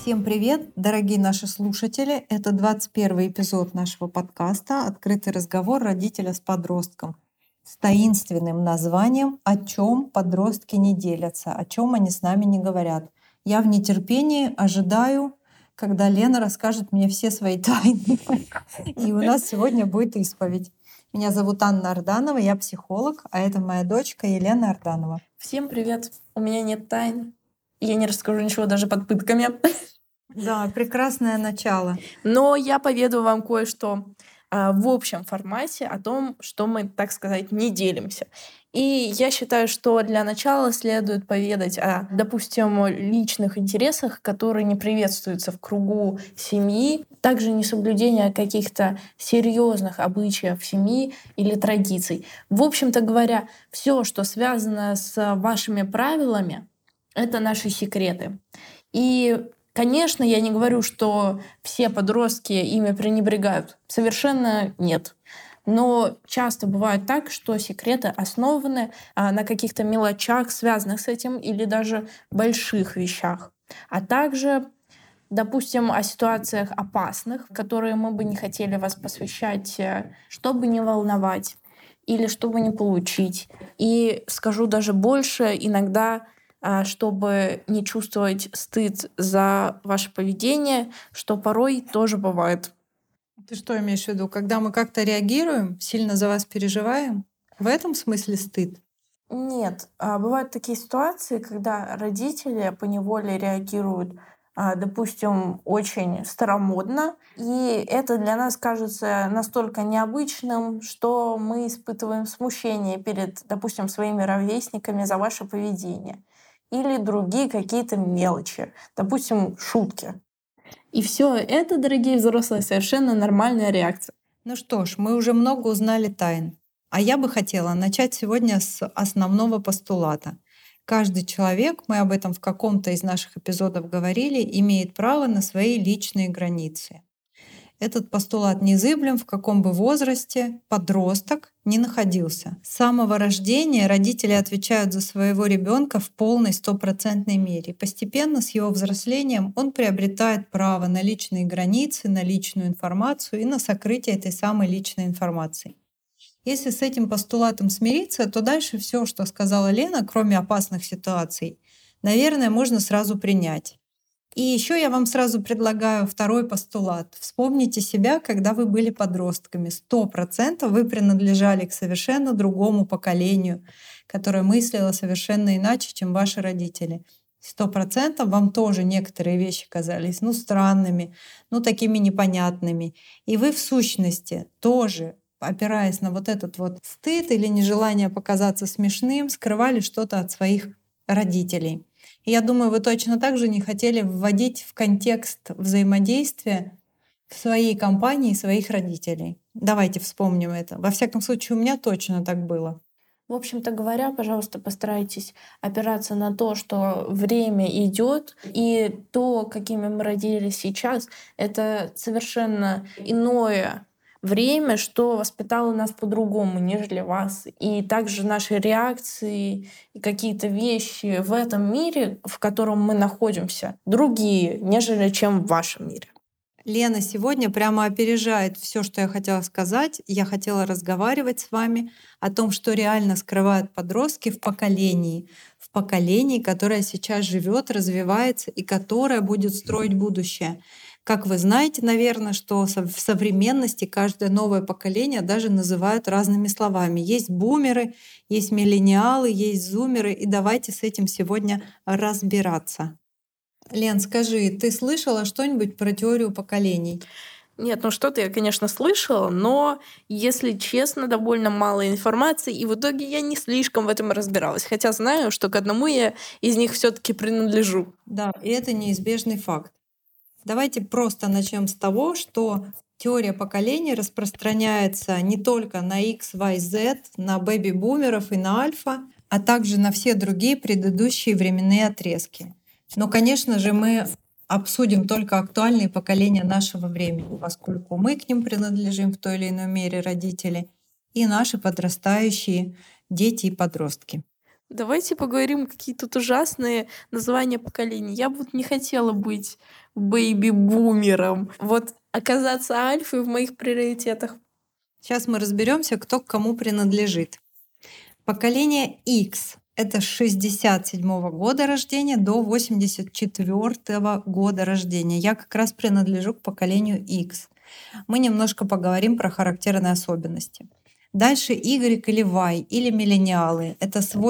Всем привет, дорогие наши слушатели! Это 21 эпизод нашего подкаста «Открытый разговор родителя с подростком» с таинственным названием «О чем подростки не делятся, о чем они с нами не говорят». Я в нетерпении ожидаю, когда Лена расскажет мне все свои тайны. И у нас сегодня будет исповедь. Меня зовут Анна Арданова, я психолог, а это моя дочка Елена Арданова. Всем привет! У меня нет тайн. Я не расскажу ничего даже под пытками. Да, прекрасное начало. Но я поведаю вам кое-что в общем формате о том, что мы, так сказать, не делимся. И я считаю, что для начала следует поведать о, допустим, личных интересах, которые не приветствуются в кругу семьи, также несоблюдение каких-то серьезных обычаев семьи или традиций. В общем-то говоря, все, что связано с вашими правилами, это наши секреты. И, конечно, я не говорю, что все подростки ими пренебрегают. Совершенно нет. Но часто бывает так, что секреты основаны на каких-то мелочах, связанных с этим, или даже больших вещах. А также, допустим, о ситуациях опасных, в которые мы бы не хотели вас посвящать, чтобы не волновать или чтобы не получить. И скажу даже больше, иногда чтобы не чувствовать стыд за ваше поведение, что порой тоже бывает. Ты что имеешь в виду? Когда мы как-то реагируем, сильно за вас переживаем? В этом смысле стыд? Нет, бывают такие ситуации, когда родители поневоле реагируют, допустим, очень старомодно, и это для нас кажется настолько необычным, что мы испытываем смущение перед, допустим, своими ровесниками за ваше поведение. Или другие какие-то мелочи, допустим, шутки. И все это, дорогие взрослые, совершенно нормальная реакция. Ну что ж, мы уже много узнали тайн. А я бы хотела начать сегодня с основного постулата. Каждый человек, мы об этом в каком-то из наших эпизодов говорили, имеет право на свои личные границы. Этот постулат незыблем, в каком бы возрасте подросток не находился. С самого рождения родители отвечают за своего ребенка в полной стопроцентной мере. Постепенно с его взрослением он приобретает право на личные границы, на личную информацию и на сокрытие этой самой личной информации. Если с этим постулатом смириться, то дальше все, что сказала Лена, кроме опасных ситуаций, наверное, можно сразу принять. И еще я вам сразу предлагаю второй постулат. Вспомните себя, когда вы были подростками. 100% вы принадлежали к совершенно другому поколению, которое мыслило совершенно иначе, чем ваши родители. 100% вам тоже некоторые вещи казались странными, такими непонятными. И вы в сущности тоже, опираясь на вот этот вот стыд или нежелание показаться смешным, скрывали что-то от своих родителей. И я думаю, вы точно так же не хотели вводить в контекст взаимодействия в своей компании своих родителей. Давайте вспомним это. Во всяком случае, у меня точно так было. В общем-то говоря, пожалуйста, постарайтесь опираться на то, что время идет, и то, какими мы родились сейчас, это совершенно иное время, что воспитало нас по-другому, нежели вас. И также наши реакции и какие-то вещи в этом мире, в котором мы находимся, другие, нежели чем в вашем мире. Лена сегодня прямо опережает все, что я хотела сказать. Я хотела разговаривать с вами о том, что реально скрывают подростки в поколении, которое сейчас живет, развивается и которое будет строить будущее. Как вы знаете, наверное, что в современности каждое новое поколение даже называют разными словами. Есть бумеры, есть миллениалы, есть зумеры, и давайте с этим сегодня разбираться. Лен, скажи, ты слышала что-нибудь про теорию поколений? Нет, что-то я, конечно, слышала, но, если честно, довольно мало информации, и в итоге я не слишком в этом разбиралась, хотя знаю, что к одному я из них все-таки принадлежу. Да, и это неизбежный факт. Давайте просто начнем с того, что теория поколений распространяется не только на X, Y, Z, на бэби-бумеров и на альфа, а также на все другие предыдущие временные отрезки. Но, конечно же, мы обсудим только актуальные поколения нашего времени, поскольку мы к ним принадлежим в той или иной мере, родители, и наши подрастающие дети и подростки. Давайте поговорим, какие тут ужасные названия поколений. Я бы вот не хотела быть бэйби-бумером. Вот оказаться альфой в моих приоритетах. Сейчас мы разберемся, кто к кому принадлежит. Поколение X — это с 67 года рождения до 84 года рождения. Я как раз принадлежу к поколению X. Мы немножко поговорим про характерные особенности. Дальше Y или Y, или миллениалы. Это с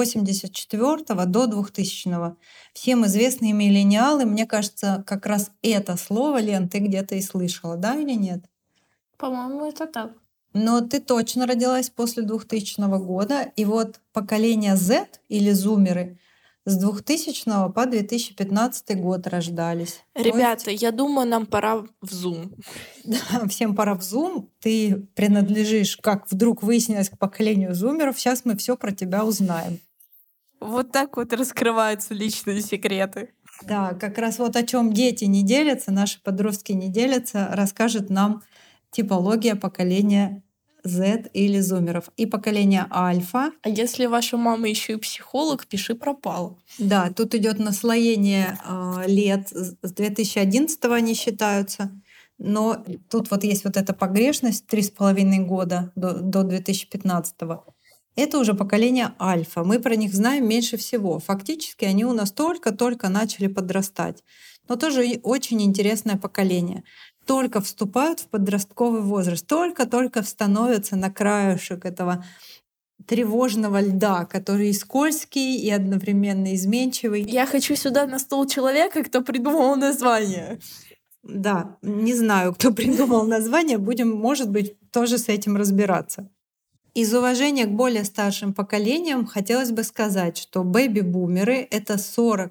84 до 2000. Всем известные миллениалы, мне кажется, как раз это слово, Лен, ты где-то и слышала, да или нет? По-моему, это так. Но ты точно родилась после 2000 года. И вот поколение Z или зумеры с 2000 по 2015 год рождались. Ребята, я думаю, нам пора в Zoom. Да, всем пора в Zoom. Ты принадлежишь, как вдруг выяснилось, к поколению зумеров. Сейчас мы все про тебя узнаем. Вот так вот раскрываются личные секреты. Да, как раз вот о чем дети не делятся, наши подростки не делятся, расскажет нам типология поколения Z или зумеров. И поколение альфа. А если ваша мама еще и психолог, пиши пропал. Да, тут идет наслоение лет. С 2011 они считаются. Но тут вот есть вот эта погрешность 3,5 года до 2015. Это уже поколение альфа. Мы про них знаем меньше всего. Фактически они у нас только-только начали подрастать. Но тоже очень интересное поколение. Только вступают в подростковый возраст, только-только становятся на краешек этого тревожного льда, который и скользкий, и одновременно изменчивый. Я хочу сюда на стол человека, кто придумал название. Да, не знаю, кто придумал название, будем, может быть, тоже с этим разбираться. Из уважения к более старшим поколениям хотелось бы сказать, что бэби-бумеры — это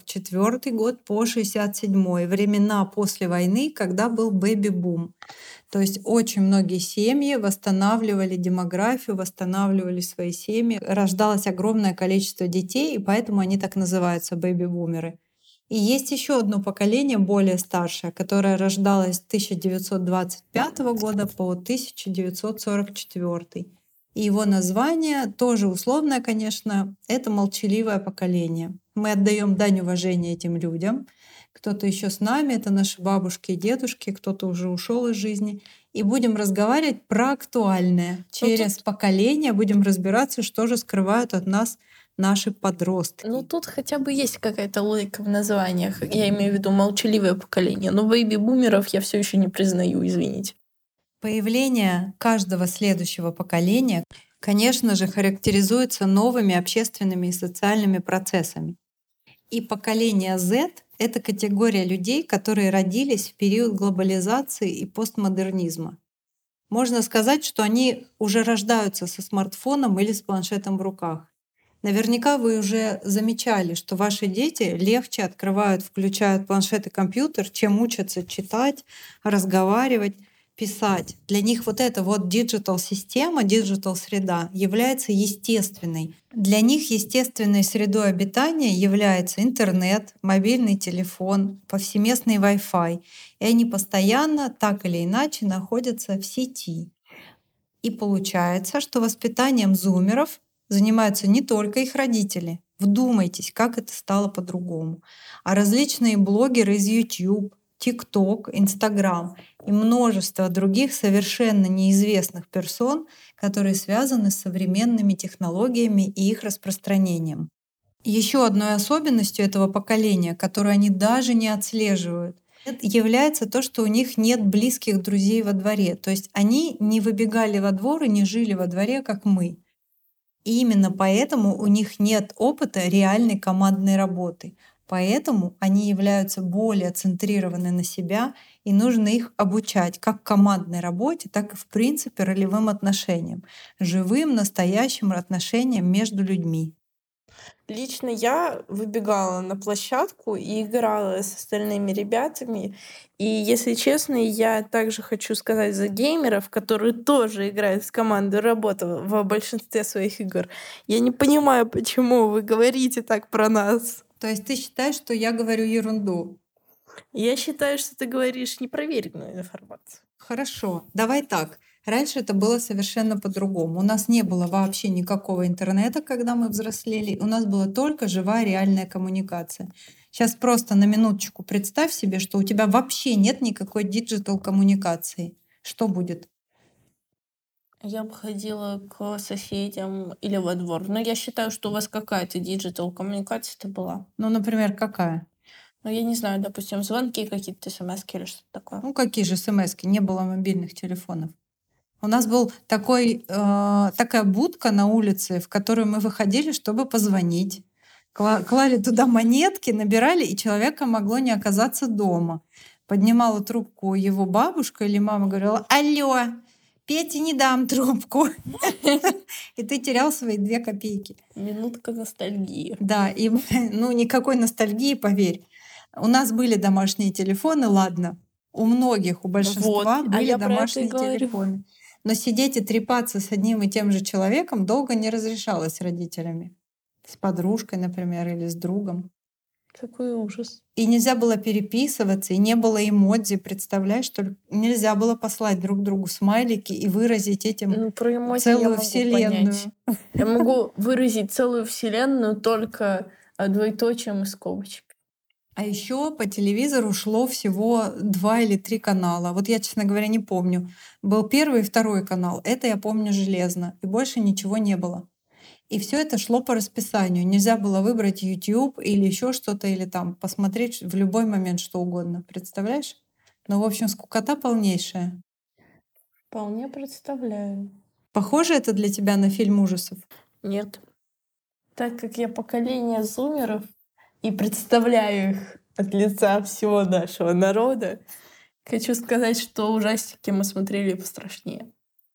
44 год по 67-й, времена после войны, когда был бэби-бум. То есть очень многие семьи восстанавливали демографию, восстанавливали свои семьи. Рождалось огромное количество детей, и поэтому они так называются бэби-бумеры. И есть еще одно поколение, более старшее, которое рождалось с 1925 года по 1944. И его название тоже условное, конечно, это молчаливое поколение. Мы отдаем дань уважения этим людям. Кто-то еще с нами, это наши бабушки и дедушки, кто-то уже ушел из жизни. И будем разговаривать про актуальное. Через поколение будем разбираться, что же скрывают от нас наши подростки. Ну тут хотя бы есть какая-то логика в названиях. Я имею в виду молчаливое поколение. Но бэйби-бумеров я все еще не признаю, извините. Появление каждого следующего поколения, конечно же, характеризуется новыми общественными и социальными процессами. И поколение Z — это категория людей, которые родились в период глобализации и постмодернизма. Можно сказать, что они уже рождаются со смартфоном или с планшетом в руках. Наверняка вы уже замечали, что ваши дети легче открывают, включают планшет и компьютер, чем учатся читать, разговаривать, писать. Для них вот эта вот диджитал-система, диджитал-среда является естественной. Для них естественной средой обитания является интернет, мобильный телефон, повсеместный Wi-Fi. И они постоянно, так или иначе, находятся в сети. И получается, что воспитанием зумеров занимаются не только их родители. Вдумайтесь, как это стало по-другому. А различные блогеры из YouTube, TikTok, Instagram и множество других совершенно неизвестных персон, которые связаны с современными технологиями и их распространением. Еще одной особенностью этого поколения, которую они даже не отслеживают, является то, что у них нет близких друзей во дворе. То есть они не выбегали во двор и не жили во дворе, как мы. И именно поэтому у них нет опыта реальной командной работы. Поэтому они являются более центрированы на себя, и нужно их обучать как командной работе, так и в принципе ролевым отношениям, живым, настоящим отношениям между людьми. Лично я выбегала на площадку и играла с остальными ребятами. И, если честно, я также хочу сказать за геймеров, которые тоже играют с командой работы во большинстве своих игр. Я не понимаю, почему вы говорите так про нас. То есть ты считаешь, что я говорю ерунду? Я считаю, что ты говоришь непроверенную информацию. Хорошо, давай так. Раньше это было совершенно по-другому. У нас не было вообще никакого интернета, когда мы взрослели. У нас была только живая реальная коммуникация. Сейчас просто на минуточку представь себе, что у тебя вообще нет никакой диджитал коммуникации. Что будет? Я бы ходила к соседям или во двор. Но я считаю, что у вас какая-то диджитал коммуникация-то была. Ну, например, какая? Ну, я не знаю, допустим, звонки какие-то, смс или что-то такое. Ну, какие же смс-ки? Не было мобильных телефонов. У нас был такая будка на улице, в которую мы выходили, чтобы позвонить. Клали туда монетки, набирали, и человека могло не оказаться дома. Поднимала трубку его бабушка или мама, говорила: «Алло, Пете не дам трубку». И ты терял свои 2 копейки. Минутка ностальгии. Да, и ну никакой ностальгии, поверь. У нас были домашние телефоны, ладно. У многих, у большинства Вот, а были я про это и домашние говорю. телефоны. Но сидеть и трепаться с одним и тем же человеком долго не разрешалось родителями. С подружкой, например, или с другом. Какой ужас. И нельзя было переписываться, и не было эмодзи, представляешь, что ли? Нельзя было послать друг другу смайлики и выразить этим Ну, про эмодзи я целую могу вселенную. понять. Я могу выразить целую вселенную только двоеточием и скобочкой. А еще по телевизору шло всего 2 или 3 канала. Вот я, честно говоря, не помню. Был первый и второй канал. Это я помню железно. И больше ничего не было. И все это шло по расписанию. Нельзя было выбрать YouTube или еще что-то, или там посмотреть в любой момент что угодно. Представляешь? Ну, в общем, скукота полнейшая. Вполне представляю. Похоже это для тебя на фильм ужасов? Нет. Так как я поколение зумеров и представляю их от лица всего нашего народа, хочу сказать, что ужастики мы смотрели пострашнее.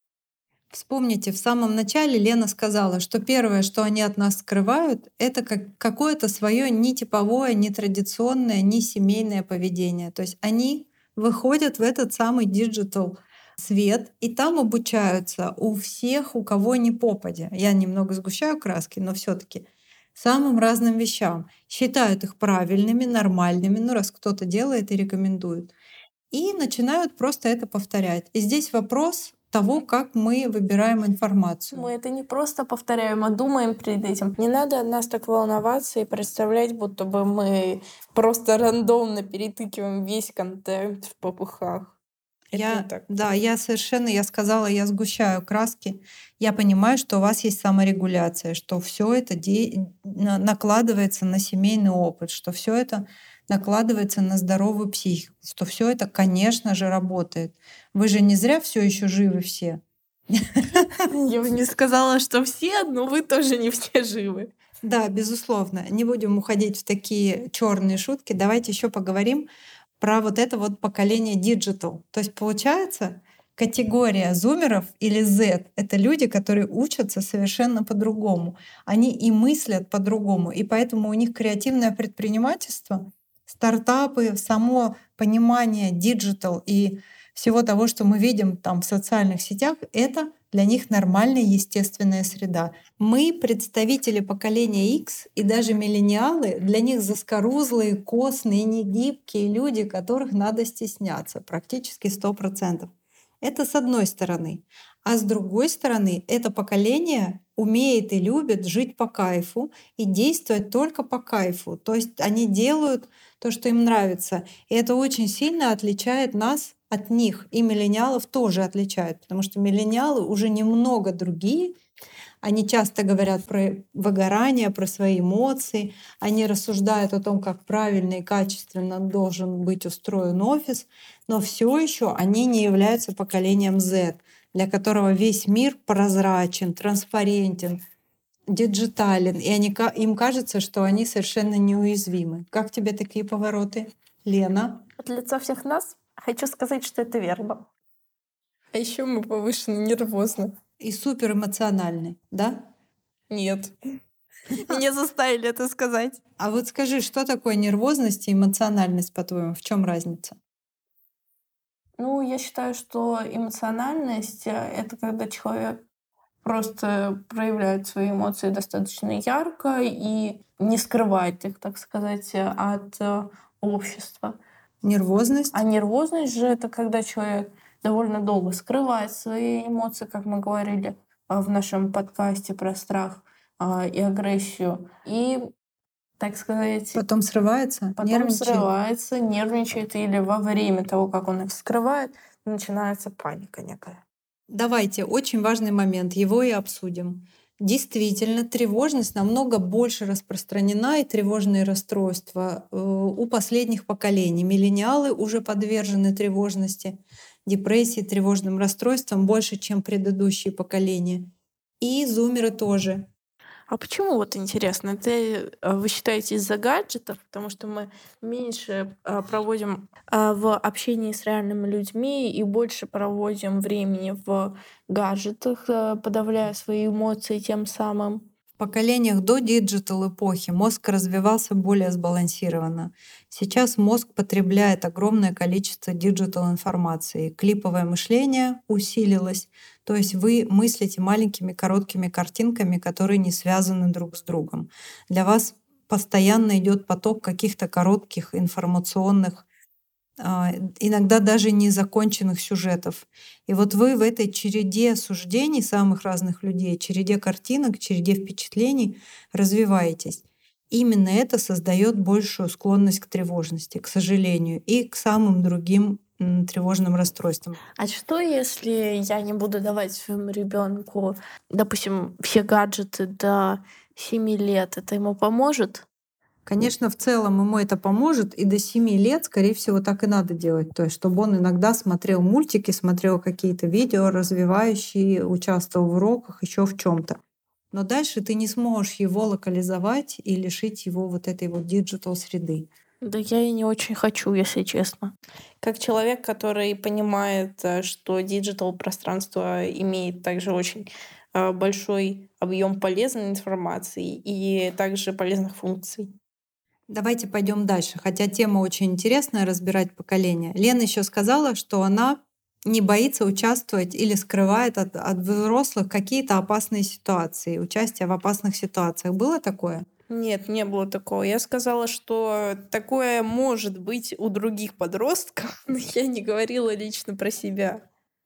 Вспомните, в самом начале Лена сказала, что первое, что они от нас скрывают, это какое-то свое не типовое, не традиционное, не семейное поведение. То есть они выходят в этот самый диджитал свет, и там обучаются у всех, у кого не попадя. Я немного сгущаю краски, но все-таки самым разным вещам. Считают их правильными, нормальными, ну раз кто-то делает и рекомендует. И начинают просто это повторять. И здесь вопрос того, как мы выбираем информацию. Мы это не просто повторяем, а думаем перед этим. Не надо от нас так волноваться и представлять, будто бы мы просто рандомно перетыкиваем весь контент в попыхах. Это не так. Да, я сказала, я сгущаю краски. Я понимаю, что у вас есть саморегуляция, что все это накладывается на семейный опыт, что все это накладывается на здоровую психику, что все это, конечно же, работает. Вы же не зря все еще живы все. Я бы не сказала, что все, но вы тоже не все живы. Да, безусловно. Не будем уходить в такие черные шутки. Давайте еще поговорим про вот это вот поколение digital. То есть получается, категория зумеров или Z — это люди, которые учатся совершенно по-другому. Они и мыслят по-другому, и поэтому у них креативное предпринимательство, стартапы, само понимание digital и всего того, что мы видим там в социальных сетях, это для них нормальная естественная среда. Мы, представители поколения X и даже миллениалы, для них заскорузлые, костные, негибкие люди, которых надо стесняться практически 100%. Это с одной стороны. А с другой стороны, это поколение умеет и любит жить по кайфу и действовать только по кайфу. То есть они делают то, что им нравится. И это очень сильно отличает нас от них. И миллениалов тоже отличает, потому что миллениалы уже немного другие. Они часто говорят про выгорание, про свои эмоции. Они рассуждают о том, как правильно и качественно должен быть устроен офис. Но все еще они не являются поколением Z, для которого весь мир прозрачен, транспарентен, диджитален. И им кажется, что они совершенно неуязвимы. Как тебе такие повороты, Лена? От лица всех нас хочу сказать, что это верно. А еще мы повышенно нервозны. И супер эмоциональны, да? Нет. Меня заставили это сказать. А вот скажи, что такое нервозность и эмоциональность, по-твоему? В чем разница? Ну, я считаю, что эмоциональность это когда человек просто проявляет свои эмоции достаточно ярко и не скрывает их, так сказать, от общества. Нервозность? А нервозность же это когда человек довольно долго скрывает свои эмоции, как мы говорили в нашем подкасте про страх и агрессию. И, так сказать, Потом срывается, потом нервничает. срывается, нервничает, или во время того, как он их скрывает, начинается паника некая. Давайте, очень важный момент, его и обсудим. Действительно, тревожность намного больше распространена, и тревожные расстройства у последних поколений. Миллениалы уже подвержены тревожности, депрессии, тревожным расстройствам больше, чем предыдущие поколения. И зумеры тоже. А почему вот интересно? Это вы считаете из-за гаджетов? Потому что мы меньше проводим в общении с реальными людьми и больше проводим времени в гаджетах, подавляя свои эмоции тем самым. В поколениях до диджитал эпохи мозг развивался более сбалансированно. Сейчас мозг потребляет огромное количество диджитал информации. Клиповое мышление усилилось, то есть вы мыслите маленькими короткими картинками, которые не связаны друг с другом. Для вас постоянно идет поток каких-то коротких информационных, иногда даже незаконченных сюжетов. И вот вы в этой череде суждений самых разных людей, череде картинок, череде впечатлений развиваетесь. Именно это создает большую склонность к тревожности, к сожалению, и к самым другим тревожным расстройствам. А что, если я не буду давать своему ребенку, допустим, все гаджеты до 7 лет? Это ему поможет? Конечно, в целом ему это поможет, и до 7 лет, скорее всего, так и надо делать. То есть, чтобы он иногда смотрел мультики, смотрел какие-то видео развивающие, участвовал в уроках, еще в чем-то. Но дальше ты не сможешь его локализовать и лишить его вот этой вот диджитал среды. Да я и не очень хочу, если честно. Как человек, который понимает, что диджитал пространство имеет также очень большой объем полезной информации и также полезных функций. Давайте пойдем дальше. Хотя тема очень интересная, разбирать поколения. Лена еще сказала, что она не боится участвовать или скрывает от взрослых какие-то опасные ситуации, участие в опасных ситуациях. Было такое? Нет, не было такого. Я сказала, что такое может быть у других подростков, но я не говорила лично про себя.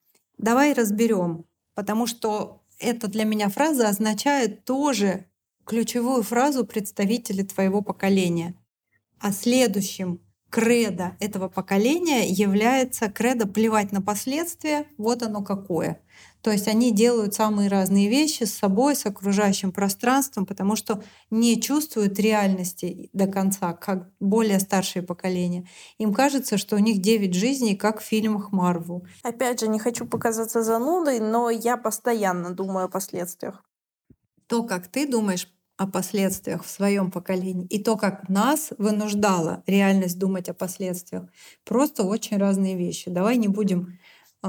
Давай разберем, потому что эта для меня фраза означает тоже ключевую фразу представителя твоего поколения. А следующим кредо этого поколения является кредо плевать на последствия, вот оно какое. То есть они делают самые разные вещи с собой, с окружающим пространством, потому что не чувствуют реальности до конца, как более старшее поколение. Им кажется, что у них 9 жизней, как в фильмах Марвел. Опять же, не хочу показаться занудой, но я постоянно думаю о последствиях. То, как ты думаешь о последствиях в своем поколении, и то, как нас вынуждала реальность думать о последствиях, просто очень разные вещи. Давай не будем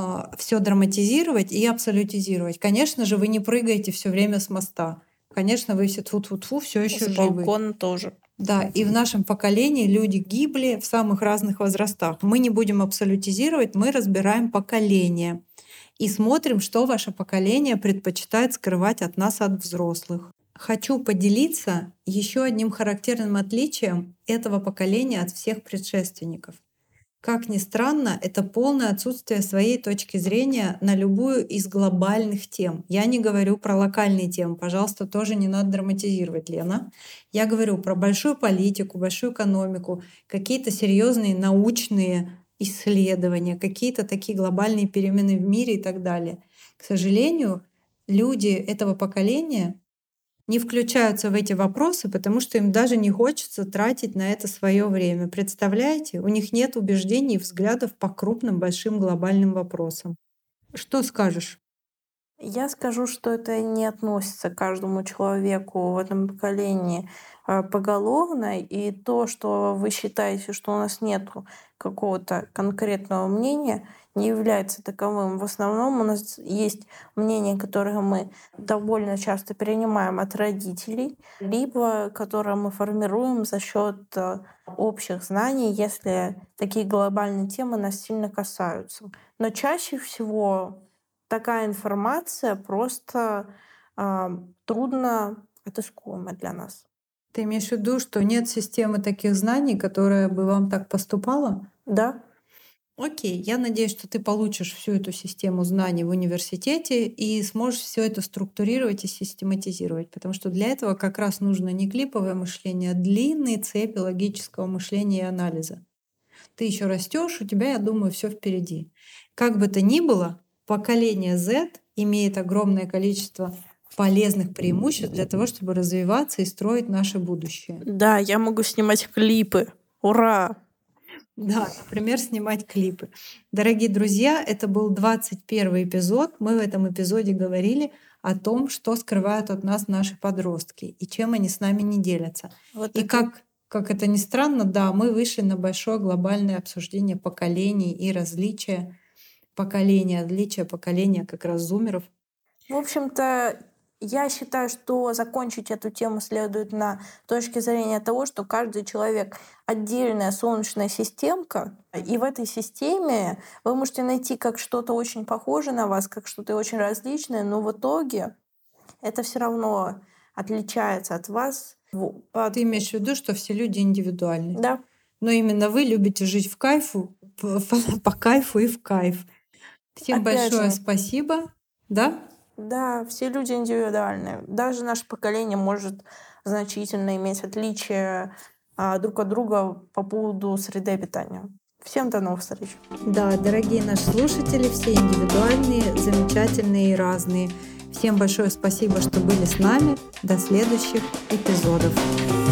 все драматизировать и абсолютизировать. Конечно же, вы не прыгаете все время с моста. Конечно, вы все тьфу-тьфу-тьфу все еще С живы. балкона тоже. Да, и в нашем поколении люди гибли в самых разных возрастах. Мы не будем абсолютизировать, мы разбираем поколение и смотрим, что ваше поколение предпочитает скрывать от нас, от взрослых. Хочу поделиться еще одним характерным отличием этого поколения от всех предшественников. Как ни странно, это полное отсутствие своей точки зрения на любую из глобальных тем. Я не говорю про локальные темы, пожалуйста, тоже не надо драматизировать, Лена. Я говорю про большую политику, большую экономику, какие-то серьезные научные исследования, какие-то такие глобальные перемены в мире и так далее. К сожалению, люди этого поколения не включаются в эти вопросы, потому что им даже не хочется тратить на это свое время. Представляете? У них нет убеждений и взглядов по крупным, большим, глобальным вопросам. Что скажешь? Я скажу, что это не относится к каждому человеку в этом поколении поголовно, и то, что вы считаете, что у нас нет какого-то конкретного мнения, не является таковым. В основном у нас есть мнение, которое мы довольно часто перенимаем от родителей, либо которое мы формируем за счет общих знаний, если такие глобальные темы нас сильно касаются. Но чаще всего такая информация просто трудно отыскуема для нас. Ты имеешь в виду, что нет системы таких знаний, которая бы вам так поступала? Да? Окей, я надеюсь, что ты получишь всю эту систему знаний в университете и сможешь все это структурировать и систематизировать, потому что для этого как раз нужно не клиповое мышление, а длинные цепи логического мышления и анализа. Ты еще растешь, у тебя, я думаю, все впереди. Как бы то ни было, поколение Z имеет огромное количество полезных преимуществ для того, чтобы развиваться и строить наше будущее. Да, я могу снимать клипы. Ура! Да, например, снимать клипы. Дорогие друзья, это был 21 эпизод. Мы в этом эпизоде говорили о том, что скрывают от нас наши подростки и чем они с нами не делятся. Вот И это как это ни странно, да, мы вышли на большое глобальное обсуждение поколений и различия поколения, отличия поколения как раз зумеров. В общем-то, я считаю, что закончить эту тему следует на точке зрения того, что каждый человек отдельная солнечная системка, и в этой системе вы можете найти как что-то очень похожее на вас, как что-то очень различное, но в итоге это все равно отличается от вас. Ты имеешь в виду, что все люди индивидуальны. Да. Но именно вы любите жить в кайфу, по кайфу и в кайф. Всем Опять большое же, спасибо. Да? да, все люди индивидуальны. Даже наше поколение может значительно иметь отличия друг от друга по поводу среды обитания. Всем до новых встреч. Да, дорогие наши слушатели, все индивидуальные, замечательные и разные. Всем большое спасибо, что были с нами. До следующих эпизодов.